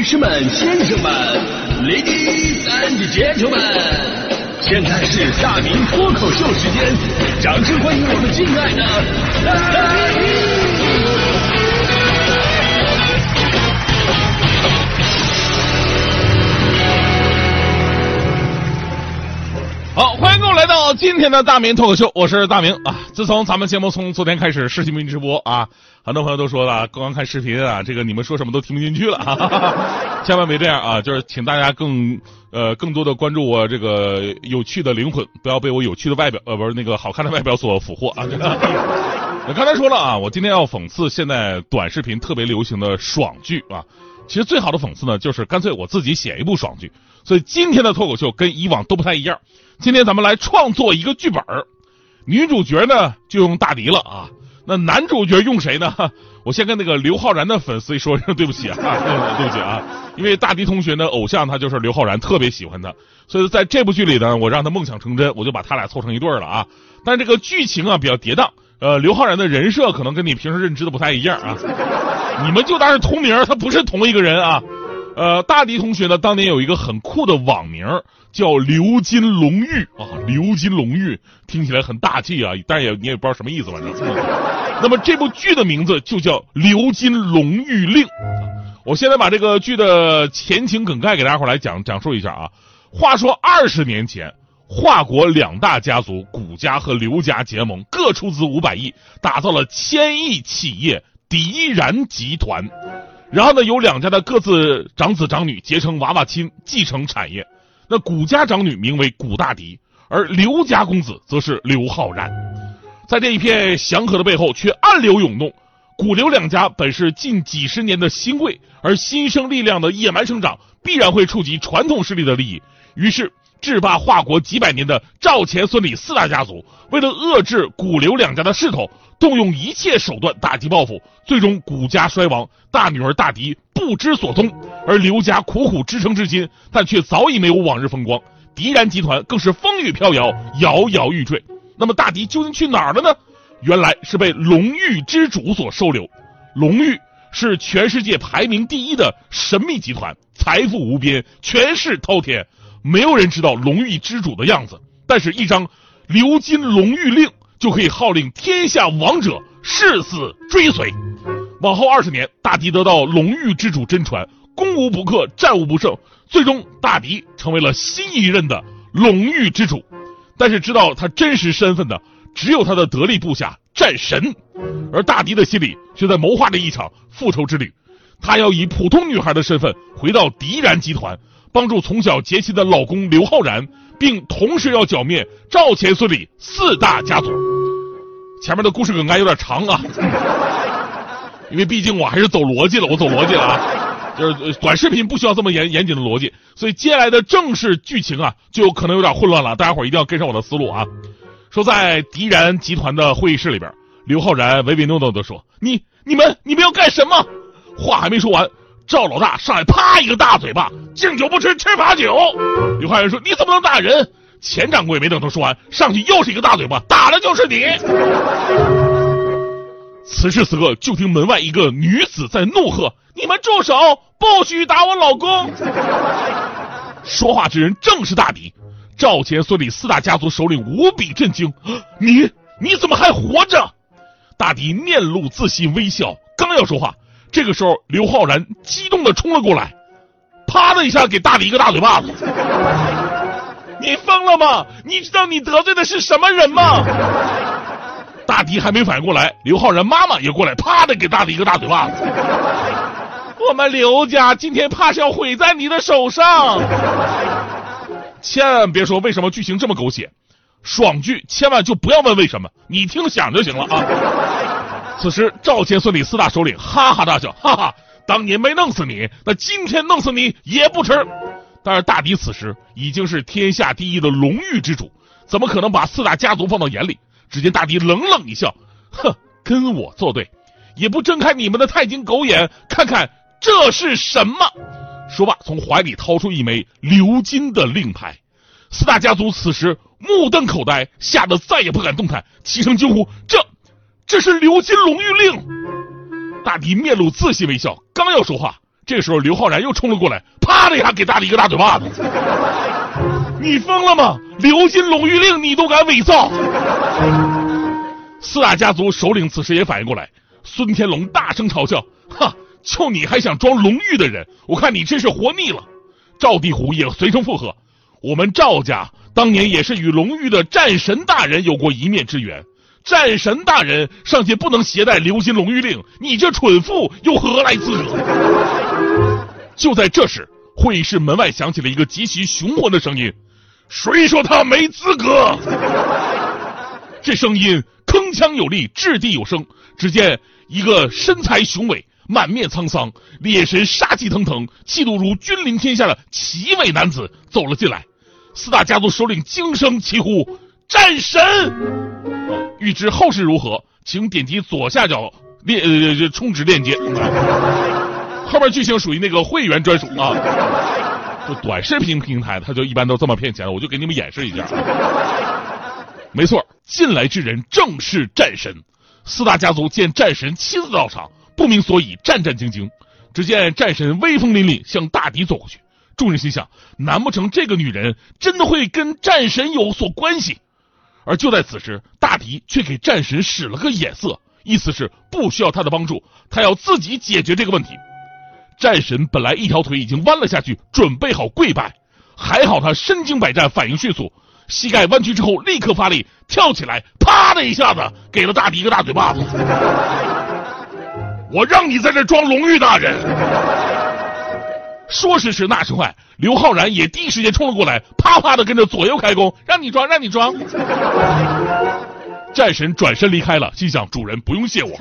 士们、先生们 ，Ladies and Gentlemen， 现在是大明脱口秀时间，掌声欢迎我们敬爱的大明！ 好，欢迎各位来到今天的大明脱口秀，我是大明啊。自从咱们节目从昨天开始视频直播啊，很多朋友都说了，刚刚看视频啊，这个你们说什么都听不进去了，哈哈哈，千万别这样啊！就是请大家更多的关注我这个有趣的灵魂，不要被我有趣的外表不是那个好看的外表所俘获啊！这个我刚才说了啊，我今天要讽刺现在短视频特别流行的爽剧啊。其实最好的讽刺呢，就是干脆我自己写一部爽剧。所以今天的脱口秀跟以往都不太一样。今天咱们来创作一个剧本，女主角呢就用大迪了啊。那男主角用谁呢？我先跟那个刘昊然的粉丝说声对不起啊，对不起啊，因为大迪同学的偶像他就是刘昊然，特别喜欢他，所以在这部剧里呢，我让他梦想成真，我就把他俩凑成一对了啊。但是这个剧情啊比较跌宕，刘昊然的人设可能跟你平时认知的不太一样啊。你们就当是同名，他不是同一个人啊。大迪同学呢，当年有一个很酷的网名叫刘金龙玉啊，刘金龙玉听起来很大气啊，但是你也不知道什么意思，反正。那么这部剧的名字就叫《刘金龙玉令》。我现在把这个剧的前情梗概给大家伙来讲述一下啊。话说20年前，华国两大家族古家和刘家结盟，各出资500亿，打造了1000亿企业迪然集团。然后呢，由两家的各自长子长女结成娃娃亲，继承产业。那古家长女名为古大迪，而刘家公子则是刘昊然。在这一片祥和的背后，却暗流涌动。古刘两家本是近几十年的新贵，而新生力量的野蛮生长，必然会触及传统势力的利益。于是制霸华国几百年的赵钱孙李4大家族，为了遏制古刘两家的势头，动用一切手段打击报复，最终古家衰亡，大女儿大迪不知所踪，而刘家苦苦支撑至今，但却早已没有往日风光，迪然集团更是风雨飘摇，摇摇欲坠。那么大迪究竟去哪儿了呢？原来是被龙玉之主所收留。龙玉是全世界排名第1的神秘集团，财富无边，权势滔天，没有人知道龙玉之主的样子，但是一张刘金龙玉令就可以号令天下王者誓死追随。往后20年，大迪得到龙玉之主真传，攻无不克，战无不胜，最终大迪成为了新一任的龙玉之主。但是知道他真实身份的只有他的得力部下战神，而大迪的心里却在谋划着一场复仇之旅。他要以普通女孩的身份回到迪然集团，帮助从小结亲的老公刘昊然，并同时要剿灭赵钱孙李4大家族。前面的故事梗概有点长啊，因为毕竟我还是走逻辑了，啊，就是短视频不需要这么严谨的逻辑，所以接下来的正式剧情啊，就有可能有点混乱了，大家伙一定要跟上我的思路啊。说在迪然集团的会议室里边，刘昊然唯唯诺诺地说：“你们要干什么？”话还没说完，赵老大上来啪一个大嘴巴，敬酒不吃吃罚酒。刘昊然说：“你怎么能打人？”钱掌柜没等他说完，上去又是一个大嘴巴，打的就是你。此时此刻，就听门外一个女子在怒喝：“你们住手！不许打我老公！”说话之人正是大迪。赵钱孙李4大家族首领无比震惊：“你怎么还活着？”大迪面露自信微笑，刚要说话，这个时候刘昊然激动地冲了过来，啪的一下给大迪一个大嘴巴子。你疯了吗？你知道你得罪的是什么人吗？大迪还没反应过来，刘昊然妈妈也过来，啪的给大迪一个大嘴巴子。我们刘家今天怕是要毁在你的手上。千万别说为什么剧情这么狗血，爽剧千万就不要问为什么，你听响就行了啊。此时赵钱孙李4大首领哈哈大笑，哈哈，当年没弄死你，那今天弄死你也不迟。但是大迪此时已经是天下第1的龙玉之主，怎么可能把4大家族放到眼里？只见大迪冷冷一笑，哼，跟我作对，也不睁开你们的太监狗眼，看看这是什么。说罢从怀里掏出一枚鎏金的令牌。4大家族此时目瞪口呆，吓得再也不敢动弹，齐声惊呼：这是鎏金龙玉令！大迪面露自信微笑，刚要说话， 这个时候刘昊然又冲了过来，啪的一下给大迪一个大嘴巴子。你疯了吗？刘金龙玉令你都敢伪造！四大家族首领此时也反应过来，孙天龙大声嘲笑：哈，就你还想装龙玉的人，我看你真是活腻了。赵地虎也随声附和：我们赵家当年也是与龙玉的战神大人有过一面之缘，战神大人尚且不能携带刘金龙玉令，你这蠢妇又何来资格？就在这时，会议室门外响起了一个极其雄浑的声音：谁说他没资格？这声音铿锵有力，掷地有声。只见一个身材雄伟、满面沧桑、眼神杀气腾腾、气度如君临天下的奇伟男子走了进来。四大家族首领惊声齐呼：战神！欲知后事如何，请点击左下角充值链接。后面剧情属于那个会员专属啊，就短视频平台他就一般都这么骗钱，我就给你们演示一下。没错，进来之人正是战神。四大家族见战神亲自到场，不明所以，战战兢兢。只见战神威风凛凛向大迪走过去，众人心想，难不成这个女人真的会跟战神有所关系？而就在此时，大迪却给战神使了个眼色，意思是不需要他的帮助，他要自己解决这个问题。战神本来一条腿已经弯了下去，准备好跪拜，还好他身经百战，反应迅速，膝盖弯曲之后立刻发力，跳起来，啪的一下子给了大迪一个大嘴巴子。我让你在这装龙玉大人！说时迟那时快，刘昊然也第一时间冲了过来，啪啪的跟着左右开弓，让你装，让你装。战神转身离开了，心想主人不用谢我。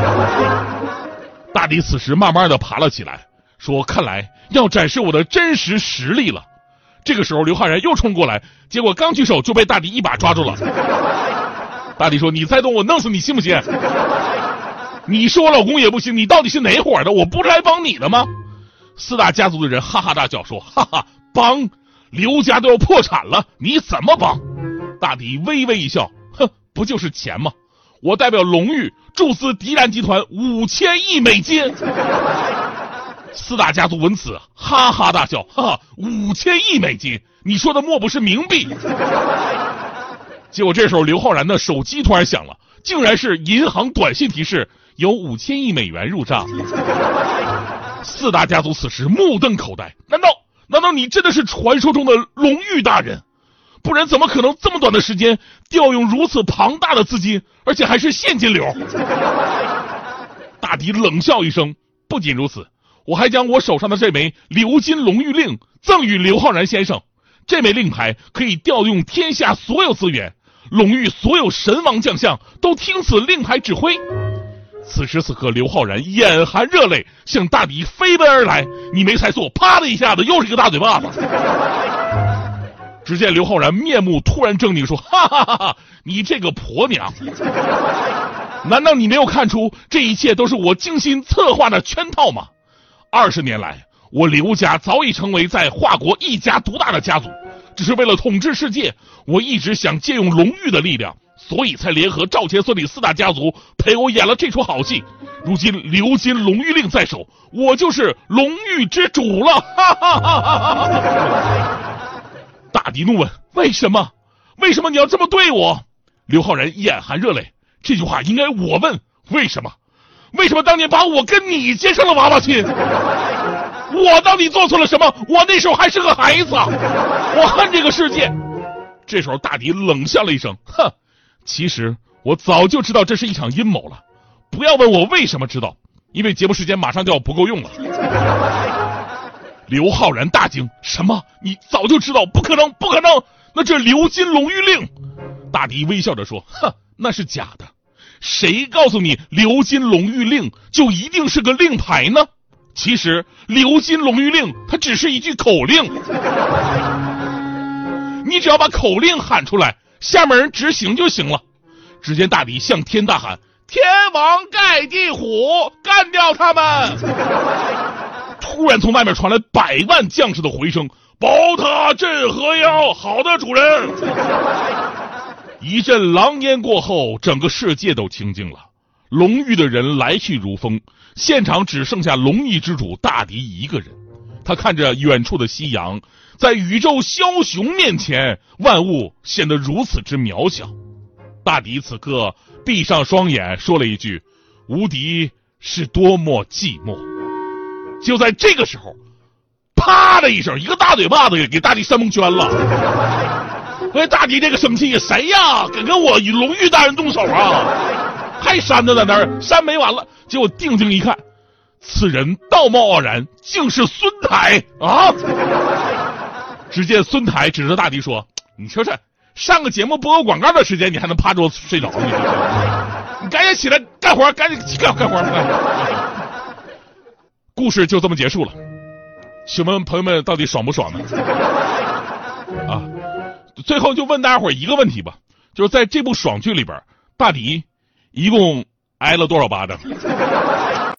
大迪此时慢慢的爬了起来，说看来要展示我的真实实力了。这个时候刘昊然又冲过来，结果刚举手就被大迪一把抓住了。大迪说你再动我弄死你信不信？你是我老公也不行，你到底是哪伙的？我不是来帮你的吗？四大家族的人哈哈大笑说，哈哈，帮？刘家都要破产了，你怎么帮？大迪微微一笑，哼，不就是钱吗？我代表龙玉注资狄然集团5000亿美金。四大家族闻此哈哈大笑，哈哈，5000亿美金，你说的莫不是冥币？结果这时候刘昊然的手机突然响了，竟然是银行短信提示有5000亿美元入账。四大家族此时目瞪口呆，难道你真的是传说中的龙玉大人？不然怎么可能这么短的时间调用如此庞大的资金，而且还是现金流？大迪冷笑一声，不仅如此，我还将我手上的这枚刘金龙玉令赠予刘昊然先生，这枚令牌可以调用天下所有资源，龙玉所有神王将相都听此令牌指挥。此时此刻，刘昊然眼含热泪向大迪飞奔而来，你没猜错，啪的一下子又是一个大嘴巴子。只见刘昊然面目突然狰狞说，哈哈哈哈，你这个婆娘，难道你没有看出这一切都是我精心策划的圈套吗？20年来，我刘家早已成为在华国一家独大的家族，只是为了统治世界，我一直想借用龙玉的力量，所以才联合赵钱孙李四大家族陪我演了这出好戏。如今刘金龙玉令在手，我就是龙玉之主了！哈哈哈哈哈！大迪怒问：为什么你要这么对我？刘昊然眼含热泪，这句话应该我问，为什么当年把我跟你结成了娃娃亲？我到底做错了什么？我那时候还是个孩子，我恨这个世界。这时候大迪冷笑了一声，哼，其实我早就知道这是一场阴谋了，不要问我为什么知道，因为节目时间马上就要不够用了。刘昊然大惊，什么？你早就知道？不可能，那这刘金龙玉令。大迪微笑着说，哼，那是假的，谁告诉你刘金龙玉令就一定是个令牌呢？其实刘金龙玉令它只是一句口令，你只要把口令喊出来，下面人执行就行了。只见大迪向天大喊，天王盖地虎，干掉他们！突然从外面传来100万将士的回声，宝塔镇河妖，好的主人。一阵狼烟过后，整个世界都清静了。 龙域的人来去如风，现场只剩下龙翼之主大敌一个人。他看着远处的夕阳，在宇宙枭雄面前，万物显得如此之渺小。大敌此刻闭上双眼，说了一句：无敌是多么寂寞。就在这个时候，啪的一声，一个大嘴巴子给大敌扇蒙圈了。喂，大敌这个生气，谁呀？敢跟我龙域大人动手啊？还扇着在那儿，扇没完了。结果定睛一看，此人道貌岸然，竟是孙台啊！只见孙台指着大敌说：你说这上个节目播个广告的时间，你还能趴桌子睡着呢？你赶紧起来干活，赶紧干活。故事就这么结束了。请问朋友们到底爽不爽呢？啊，最后就问大家伙一个问题吧，就是在这部爽剧里边，大敌一共挨了多少巴掌？